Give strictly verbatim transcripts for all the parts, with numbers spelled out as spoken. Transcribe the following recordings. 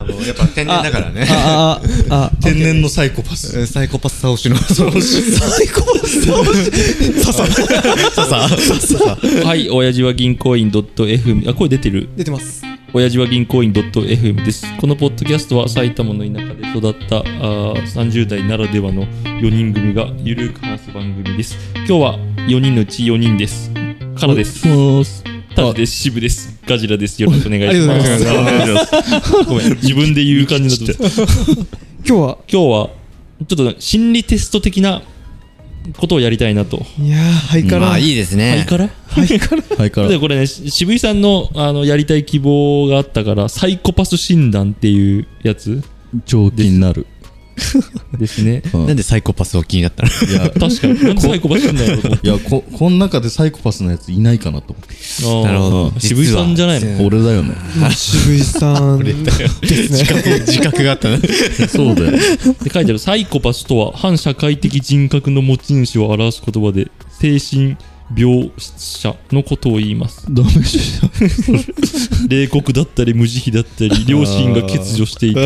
やっぱ天然だからね。 ああああ天然のサイコパス。 サイコパス倒しのサイコパス倒しさささささはい、親父は銀行員 .fm、 あ、声出てる。 出てます。 親父は銀行員 .fm です。このポッドキャストは埼玉の田舎で育ったあさんじゅう代ならではのよにん組がゆるく話す番組です。今日はよにんのうちよにんです。カラです。タジです。シブです。ガジラです。よろしくお願いします。ごめん、自分で言う感じになって今日は今日はちょっと心理テスト的なことをやりたいなと。 いやー、ハイカラ。 まあいいですね。 ハイカラハイカラハイカラでこれね、渋井さんのあのやりたい希望があったからサイコパス診断っていうやつ超気になる。 ですね。 うんなんでサイコパスを気になったの？ いや、 確かになんでサイコパス診断やろうと思って。 いや、ここの中でサイコパスのやついないかなと思って。 あーなるほど。 渋井さんじゃないの？ 俺だよね。 渋井さんですね。 自覚自覚があったね。 そうだよ。 で書いてある、サイコパスとは反社会的人格の持ち主を表す言葉で精神病者のことを言います。 ダメじゃん。 冷酷だったり無慈悲だったり両親が欠如していて、はい、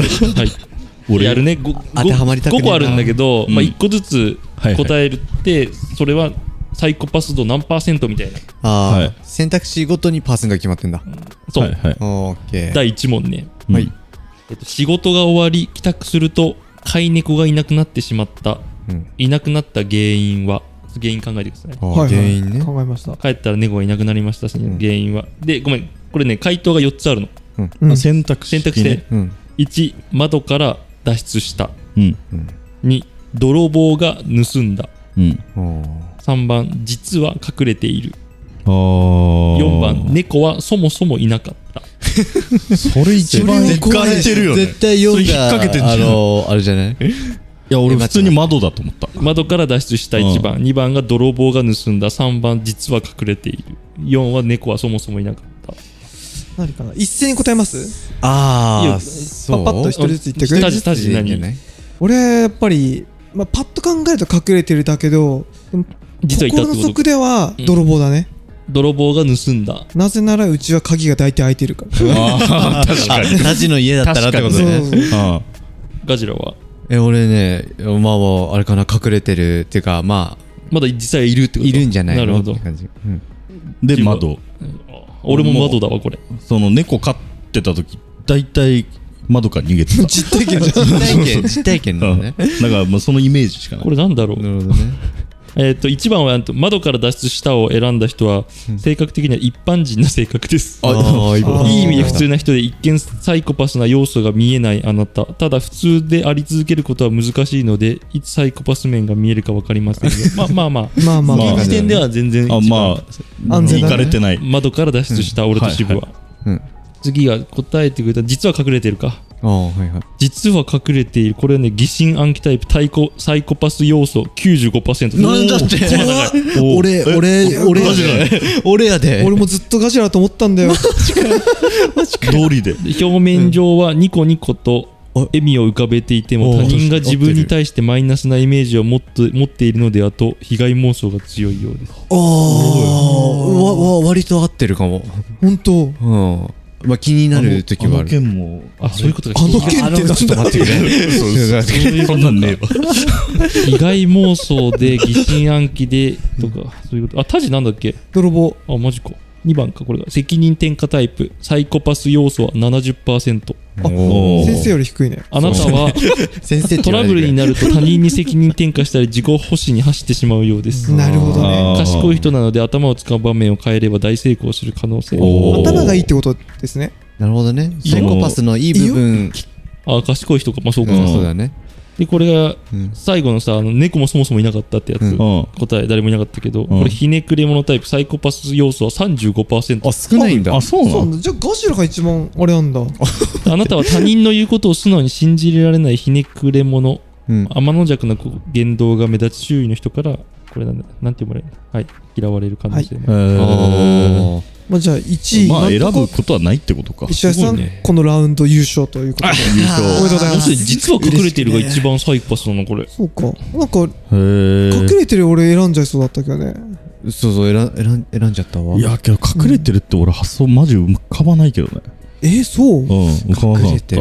俺やるね。ご当てはまりたくねえなごこあるんだけど、 うんまあ、いっこずつはいはい答えるってそれはサイコパス度何パーセントみたいな。 ああ、 はい選択肢ごとにパーセントが決まってんだ。 そう、 はいはい。 オーケー。 だいいち問ね、 うんはい。 えっと、仕事が終わり帰宅すると飼い猫がいなくなってしまった。 うん。 いなくなった原因は、原因考えてください。 あはいはい原因ね。 考えました。 帰ったら猫がいなくなりましたし、 ん原因は。で、ごめん、これね、回答がよっつあるの。 うんあ選択肢選択肢で、 うん。 いち、窓から脱出した。 うんに、泥棒が盗んだ。 うん。 おーさんばん、実は隠れている。 あーよんばん、猫はそもそもいなかった。 それ一番絶書いてるよね。 絶対読んそれ引っだ。 掛けてんじゃんあのー、あれじゃない？ いや、俺普通に窓だと思った。 窓から脱出したいちばん、にばんが泥棒が盗んだ、さんばん実は隠れている、よんは猫はそもそもいなかった。 何かな、一斉に答えます。 いいああ、 よそう。 パッパッと一人ずつ言ってくれタジタジ何いいんじゃない？ 俺やっぱり、まあ、パッと考えると隠れてるだけど、でも実はいたってことか。 心の底では泥棒だね、 泥棒が盗んだ。 なぜならうちは鍵が大体開いてるからああ、確かに。 タジの家だったらってことそうね。 そうそうあガジラはえ、俺ね、まあまあ、あれかな、隠れてるっていうか、ままだ実際いるってあ、 こと？ いるんじゃないのなるほどって。感じ。うん。 で、窓。 俺も窓だわこれ。 その猫飼ってた時、大体窓から逃げてた。 実体験じゃん。 実体験、実体験なのね。 だからもうそのイメージしかないこ。れなんだろう。 なるほどね。 えっといちばんは窓から脱出したを選んだ人は性格的には一般人な性格です。 ああ、いいあーいい意味で普通な人で一見サイコパスな要素が見えないあなた。ただ普通であり続けることは難しいのでいつサイコパス面が見えるか分かりませんよ。まあまあまあまあまあまあ、 まあ現時点では全然一あ、 番まあ、 安全だね行かれてない。 窓から脱出した俺と渋は、 うん。 次が答えてくれた実は隠れてるか。 ああ、はいはい。 実は隠れている。これはね、疑心暗鬼タイプ、タイコサイコパス要素 きゅうじゅうごパーセント。 なんだっておー俺、俺、俺やで。俺やで。 俺もずっとガジラと思ったんだよ。 道理で。 表面上はニコニコと笑みを浮かべていても、 お他人が自分に対してマイナスなイメージを持って持っているのではと被害妄想が強いようです。 ああ、わ、わ、割と合ってるかも。 本当。 うん。まあ気になる時はああのる。 件も、 あ、そういうことがあの件ってなんだ。 ちょっと待ってくれ。 そうそんなんねえわ。 被害妄想で疑心暗鬼でとか、そういうこと。あ、タジなんだっけ？ 泥棒。 あ、マジか。にばんか、これが。責任転嫁タイプ、サイコパス要素は ななじゅっパーセント。 あ、 おー先生より低いね。 あなたは先生ってトラブルにななると他人に責任転嫁したり自己保身に走ってしまうようです。 なるほどね。 あー賢い人なので頭を使う場面を変えれば大成功する可能性。 おー頭がいいってことですね。 なるほどね。サイコパスのいい部分。 あ、賢い人か。まあそうか。 うん、そうだね。 で、これがうん。 最後のさ、あの猫もそもそもいなかったってやつ。 うんうん。 答え誰もいなかったけど、 んこれひねくれ者タイプ、サイコパス要素は さんじゅうごパーセント。 あ、少ないんだ。 あ、そうなのそうなんだ。じゃあガジラが一番あれなんだ。 あなたは他人の言うことを素直に信じられないひねくれ者、 うん。 天の弱な言動が目立ち周囲の人から、これなんだ、なんて読まれるの？はい、嫌われる可能性も。 えーあまあじゃあいちい。 まあ選なんとかぶことはないってことか。 石橋さん、 すごいねこのラウンド優勝ということで。 優勝。 おめでとうございもます。 し実は隠れているが一番サイコパスなの、これ。 そうか。なんか、 へー隠れてる俺選んじゃいそうだったけどね。 あ。そうそう、選ん、選ん、選んじゃったわ。 いや、けど隠れてるって俺発想マジ浮かばないけどね。 えー、そううん、浮かばなかった。 隠れてる。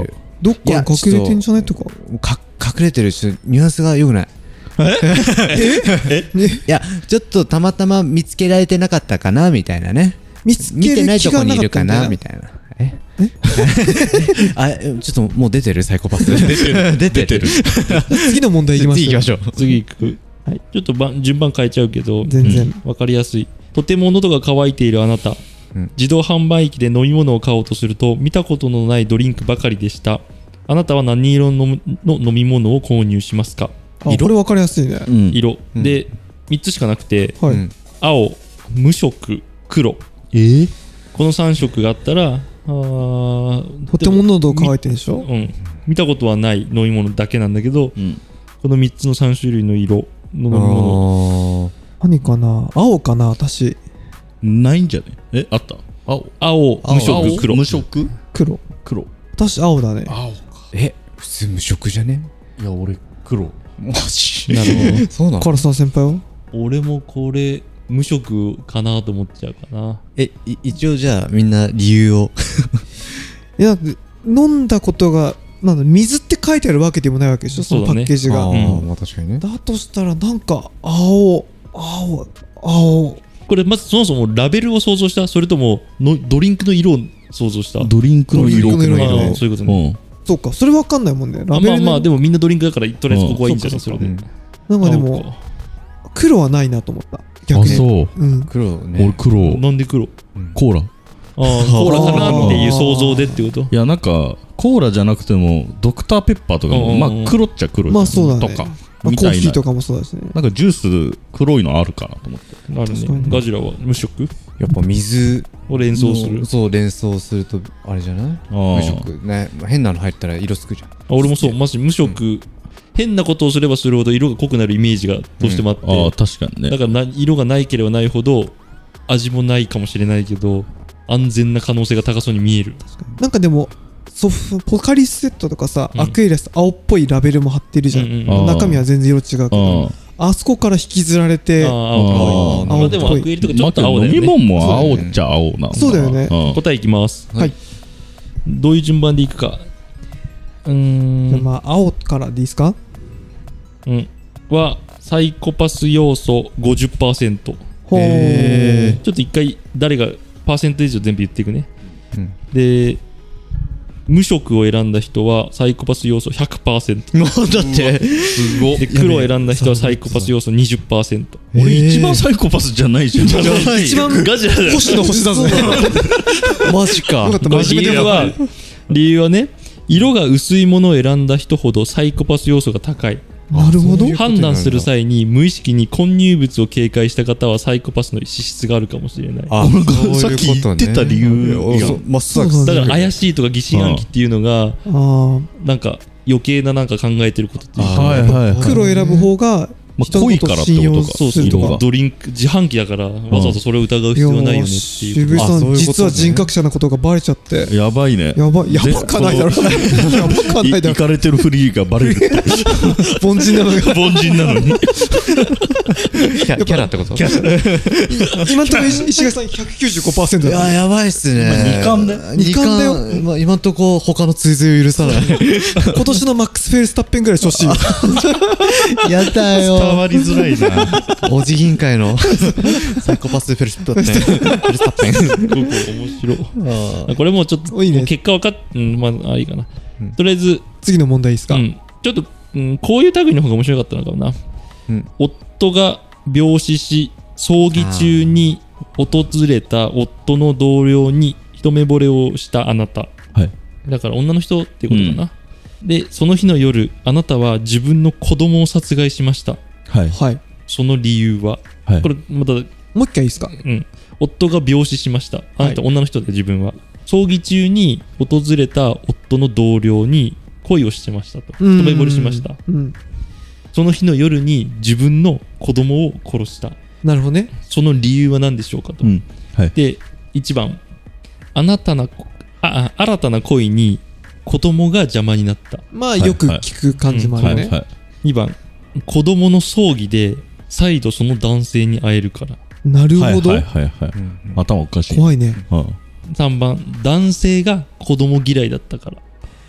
どっかに隠れてんじゃないとか。 か隠れてるしニュアンスが良くない。 えいやちょっとたまたま見つけられてなかったかなみたいなね。 見つ見けるてないとこ気がなかにいるかったみたいな。 なみたいな。えあちょっともう出てるサイコパス。出てる出てる。 次の問題いきましょう。 次行きましょう。 次行く。はい。ちょっと番順番変えちゃうけど、 全然。 わかりやすい。とても喉が渇いているあなた、 うん、 自動販売機で飲み物を買おうとすると見たことのないドリンクばかりでした。あなたは何色のの飲み物を購入しますか？ あ、これわかりやすいね。 うん、 色、 うん、 でみっつしかなくて、 はい、 うん、 青、無色、黒、 えー、 このさん色があったら、あとても喉乾いてるでしょ。 うん、見たことはない飲み物だけなんだけど、 うん、 このみっつのさん種類の色の飲み物、 何かな。青かな私。 ないんじゃねえ、あった。青、 青、無色、黒。 無色、 黒。 黒。 私青だね。 青か。 え普通無色じゃね？ いや俺黒。 マジ？ なるほど。 そうなの？ 唐沢先輩は？ 俺もこれ無色かなと思っちゃうかな。 えい一応じゃあみんな理由を。 いや飲んだことがなんだ水って書いてあるわけでもないわけでしょ、そのパッケージが。 あー、まあ確かにね。 だとしたらなんか青青青。 これまずそもそもラベルを想像した？それとものドリンクの色を想像した？ ドリンクの色。 ドリンクの色あーそういうことね。 そうか、それわかんないもんね。ラベルあまあまあでもみんなドリンクだからとりあえずここはいいんじゃない？それで。 うんなんかでも黒はないなと思った。逆あ、 に。 そう。 うん。 黒ね。 俺黒。 なんで黒？ コーラ。 ああコーラかなっていう想像でってこと？ いやなんかコーラじゃなくてもドクターペッパーとかもうんまあ黒っちゃ黒じゃん。 まあそうだね。 とかまあみたいな。 コーヒーとかもそうだしね。 なんかジュース黒いのあるかなと思って。 ある確かにね。ガジラは無色やっぱ水を連想する。 そう連想するとあれじゃない？ あー無色ね。変なの入ったら色つくじゃん。 あ俺もそうマジ無色、変なことをすればするほど色が濃くなるイメージがどうしてもあって、 ああ確かにね。 だからな色がないければないほど味もないかもしれないけど安全な可能性が高そうに見える。 なんかでもソフポカリスセットとかさ、 うんアクエリアス青っぽいラベルも貼ってるじゃん、 うんうんあー中身は全然色違うけどああそこから引きずられてああ青っぽい。 あーまあでもアクエリとかちょっと青だよね。 飲み物も青っちゃ青なんだな。 そうだよねうん答えいきます。 はいどういう順番でいくか。うーんじゃあまあ青からでいいですか。 うんはサイコパス要素 ごじゅっパーセント。 ほー、 へちょっと一回誰がパーセンテージを全部言っていくね。 うんで無色を選んだ人はサイコパス要素 ひゃくパーセント。 もうだってすごっ。 で黒を選んだ人はサイコパス要素 にじゅっパーセント。 俺一番サイコパスじゃないじゃん。 一番ガジラだよ。 星の星だぞマジか。 よかったまあ真面目でも理由は理由はね色が薄いものを選んだ人ほどサイコパス要素が高い。 なるほど。 判断する際に無意識に混入物を警戒した方はサイコパスの資質があるかもしれない。 あ俺がそういうことねさっき言ってた理由いやそう真っ先そうだから怪しいとか疑心暗鬼っていうのがあーなんか余計ななんか考えてることっていうか、 はいはいはい。 黒選ぶ方がまあ人のことを信用濃いからってことかそうそうするとか。 ドリンク自販機だからわざわざそれを疑う必要はないよねっていう渋井さんあそういうことね実は人格者なことがバレちゃってやばいね。 やばいやばかないだろやばかないだろいいかれてるフリーがバレるって。 凡人なのが凡人なのに。 キャキャラってこと？ 今のところ石垣さん ひゃくきゅうじゅうごパーセントいだややばいっすね。 まあ二冠だよ二二冠だよ冠まあ今んとこ他の追随を許さない。 今年のマックス・フェルスタッペンぐらい調子いいよやだよ。 伝わりづらいな。 おじ銀会のサイコパスフェルスタッペン。フェルスタッペン。 すごく面白い。 あこれもうちょっといいね結果分かっうんまああいいかな、 うんとりあえず、 次の問題いいですか、 うん、ちょっと、うん、こういう類の方が面白かったのかもな、 うん夫が病死し葬儀中に訪れた夫の同僚に一目惚れをしたあなた、 はい。 だから女の人っていうことかな、でその日の夜あなたは自分の子供を殺害しました。 はい。 はいその理由は、 はいこれまた、 もう一回いいですか。 うん、夫が病死しました。あなた、女の人で自分は葬儀中に訪れた夫の同僚に恋をしてましたと、一目惚れしました。 うんその日の夜に自分の子供を殺した。 なるほどね。 その理由は何でしょうかと、 うん。はい。 でいちばん、あなたなあ新たな恋に子供が邪魔になった。 まあよく聞く感じもあるね。 はいはい。 にばん、子供の葬儀で再度その男性に会えるから。 なるほど、 はいはいはいはい。頭おかしい。 怖いね。 うん。 さんばん、男性が子供嫌いだったから。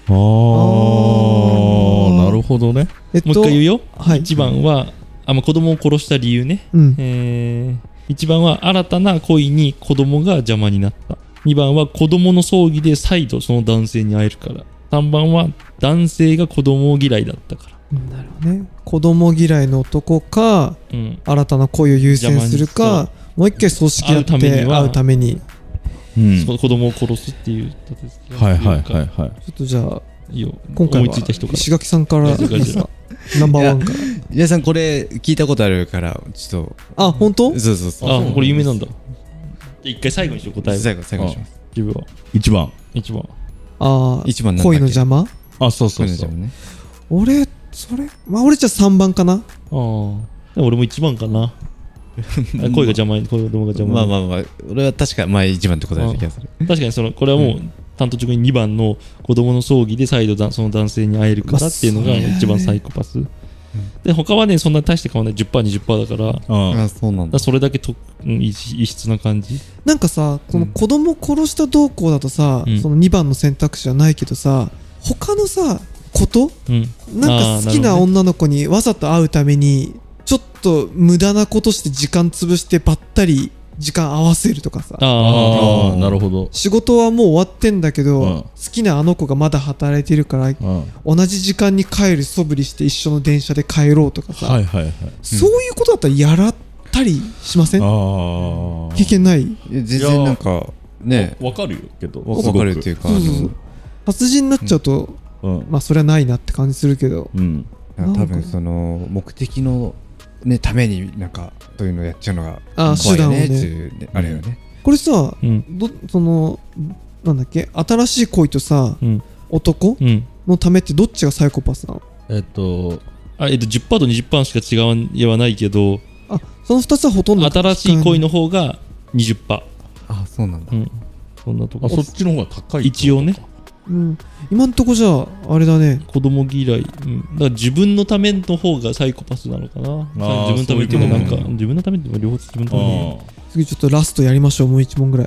ああ、なるほどね。 えっともう一回言うよ。 はいいちばんは、あ、まあ、子供を殺した理由ね。 うんえー、いちばんは新たな恋に子供が邪魔になった。にばんは子供の葬儀で再度その男性に会えるから。さんばんは男性が子供嫌いだったから。 なるほどね。子供嫌いの男か、 うん。 新たな恋を優先する邪か、もう一回葬式やって会うためには会うために。 うん。 その子供を殺すっていう立て付け。 はいはいはいはい。 ちょっとじゃあ、 いいよ。 今回は思いついた人から。 石垣さんからいいですか。ナンバーワンから。 皆さんこれ聞いたことあるからちょっあ、本当？ とそうそうそうあ、これ有名なんだ。じゃあ一回最後にしよう、答えを。 最後最後にします自分は。 一番。 一番。 ああ、 一番なんだっけ恋の邪魔？ あ、そうそうそうこれの。ね俺、それ、まあ俺じゃさんばんかな。 ああ。でも俺も一番かな。あ声が邪魔に、声が子供が邪魔に。 まあまあまあ俺は確か前一番って答えた気がする確かにその、これはもう、担当直ににばんの子供の葬儀で再度だその男性に会えるからっていうのがまあそうね一番サイコパス。で、他はね、そんな大して変わらない。じゅっパーセント、にじゅっパーセントだから、だかああそうなんだらそれだけと、うん異異質な感じ。 なんかさ、この子供殺した動向だとさ、 うんそのにばんの選択肢はないけどさ、他のさ、ことうん。 なんか好きなあーるほどね女の子にわざと会うために、ちょっと無駄なことして時間潰してばったり時間合わせるとかさ。 ああー、なるほど。 仕事はもう終わってんだけど、 うん好きなあの子がまだ働いてるから、 うん。 同じ時間に帰る素振りして一緒の電車で帰ろうとかさ、 はいはいはい。 そういうことだったらやらったりしません？ ああ。 経験ない？ いや全然なんかねわかるよけど。 わかるっていうかそうそうそう。殺人になっちゃうと、 うん。 まあそれはないなって感じするけど、 うん。 なんか多分その目的のねためになんかそういうのやっちゃうのがあ怖いよね手段をねっていうねあれよねこれさ、 うん。 どそのなんだっけ、新しい恋とさ、 うん。 男うん。 のためってどっちがサイコパスなの？ えっと、 あ、えっと、じゅっパーセントとにじゅっパーセントしか違いはないけど、 あ、そのふたつはほとんど新しい恋の方がにじゅっパーセンあそうなんだト。うん。そんなとこあ、。そっちの方が高い。 一応ね。 うん、今んとこじゃああれだね。 子供嫌い、うん、だから自分のための方がサイコパスなのかな。 ー自分のためっていうか、なんか、 そういうこと自分のためっていうか、両方自分のためあ次ちょっとラストやりましょう。もういち問ぐらい。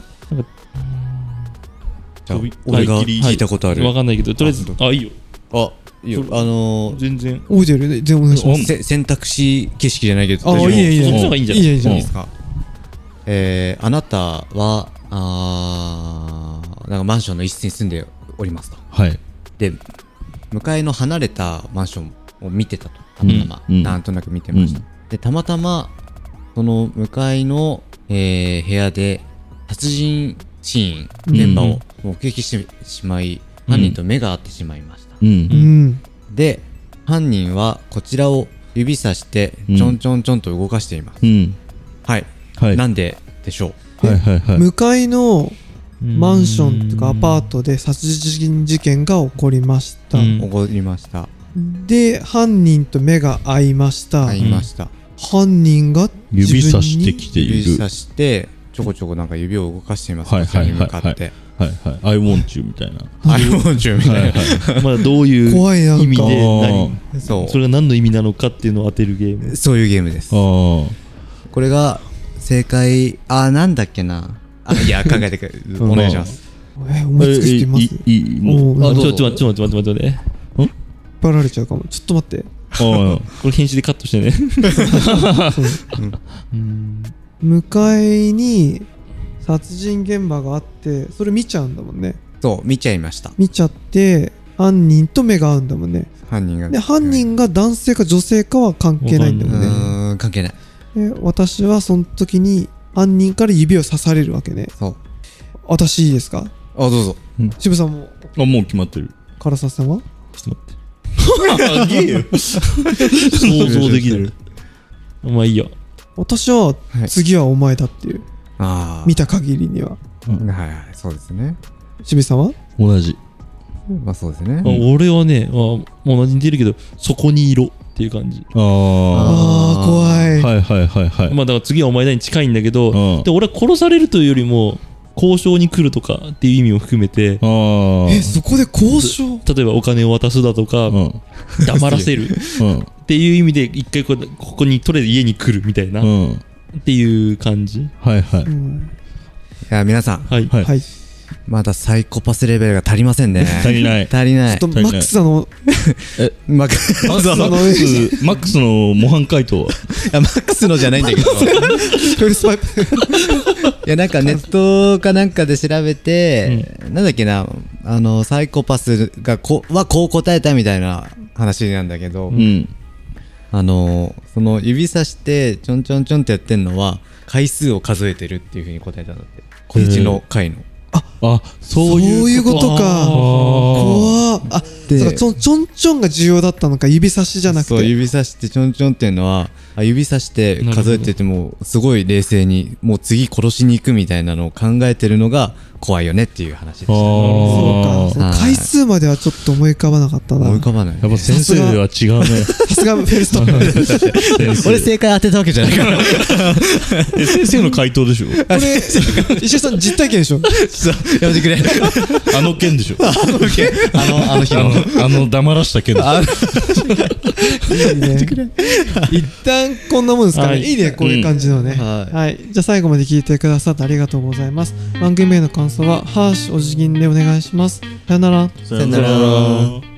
じゃあ飛び俺がはい聞いたことあるわかんないけど、とりあえず、あ、いいよ。 あいいよあのー全然。 覚えてるね。全部お願いします。 せ選択肢形式じゃないけどあ、いい大丈夫ねいいね。 そっちの方がいいんじゃないいいねいいじゃんいいですかえーあなたはあーなんかマンションの一室に住んでおりますとはい。 で向かいの離れたマンションを見てたとたまたま、 うんうんなんとなく見てました、 うんでたまたまその向かいの、えー部屋で殺人シーン現場を目撃してしまい、犯人と目が合ってしまいました、 うん。 うん。 で犯人はこちらを指さしてうんちょんちょんちょんと動かしています、 うん。 はい、 はい。 なんででしょうはいはいはい。 向かいのマンションとかアパートで殺人事件が起こりました。 うん起こりましたで、犯人と目が合いました。 会いました、 犯人が指さしてききている。 指さしてちょこちょこなんか指を動かしています、 はいこちらにはいはい向かってはいはい。I want you みたいな。 アイフォン中みたいな、 はいはい。 まだどういう怖いなんか意味であ何ーそうそれが何の意味なのかっていうのを当てるゲーム。 そういうゲームですああ。 これが正解あーなんだっけなあいや考えてくれうんお願いしますえ、思いつく人います？ いいいいもう。 おーあ、ちょ、 どうぞちょ、ちょ、ちょ、待って待って待って。 引っ張られちゃうかも。ちょっと待って。 あこれ編集でカットしてね。 向かいに殺人現場があって、それ見ちゃうんだもんね。 そう見ちゃいました見ちゃって、犯人と目が合うんだもんね。 犯人がで、犯人が男性か女性かは関係ないんだうもんね。 ーん関係ないで、私はその時に犯人から指を刺されるわけね。 そう私いいですか？ あどうぞ渋さんも、 あ、もう決まってる。 唐沢さんは？ ちょっと待って。 あげえよ。 想像できる。まあいいや。 私ははい次はお前だっていう、 あ見た限りには。 あはいはいそうですね渋さんは？ 同じ。 まあそうですねあ俺はね、あもう同じに似てるけど、そこにいろっていう感じ。 ああー、怖い。 あ。はいはいはいはい。 まあだから次はお前だに近いんだけど、 うんで俺は殺されるというよりも、交渉に来るとかっていう意味を含めて、 ああ。 え、そこで交渉？ 例えばお金を渡すだとか、 うん。 黙らせるうん。 っていう意味で一回こうここにとりあえず家に来るみたいな、っうん。 ていう感じ。 はいはい。 うん、 いや皆さんはい。 はい。 はい。 まだサイコパスレベルが足りませんね。 足りない。 足りない。 ちょっとマックスのえ、 マックスマックスの、マックスマックスの模範解答は。 いやマックスのじゃないんだけど。 フェルスパイプいやなんかネットかなんかで調べて、なんだっけな、あのサイコパスがこはこう答えたみたいな話なんだけど、 うん。 あのその指さしてちょんちょんちょんってやってんのは回数を数えてるっていう風に答えたんだって。こっちの回の。 あ、そういうそういうことか。 あー怖っ。あ、 でそうか、そのちょんちょんが重要だったのか、指差しじゃなくて。 そう指さしてちょんちょんっていうのはあ指さして数えててもすごい冷静にもう次殺しに行くみたいなのを考えてるのが怖いよねっていう話でした。 あーそうか。そのはい回数まではちょっと思い浮かばなかったな。 思い浮かばない。 やっぱ先生は違うね。 さすがフェルストッ俺正解当てたわけじゃないから。 え先生の回答でしょ。 これ、石井さん実体験でしょ。 やめてくれ。 あの件でしょ。 あのあの日あの。 の、あの黙らした件でしょ。 いいね。一旦こんなもんですかね。 はいいいね、こういう感じのね。 はいはい。じゃあ最後まで聞いてくださってありがとうございます。番組への感想は、ハーシお辞儀でお願いします。さよなら。 さよなら。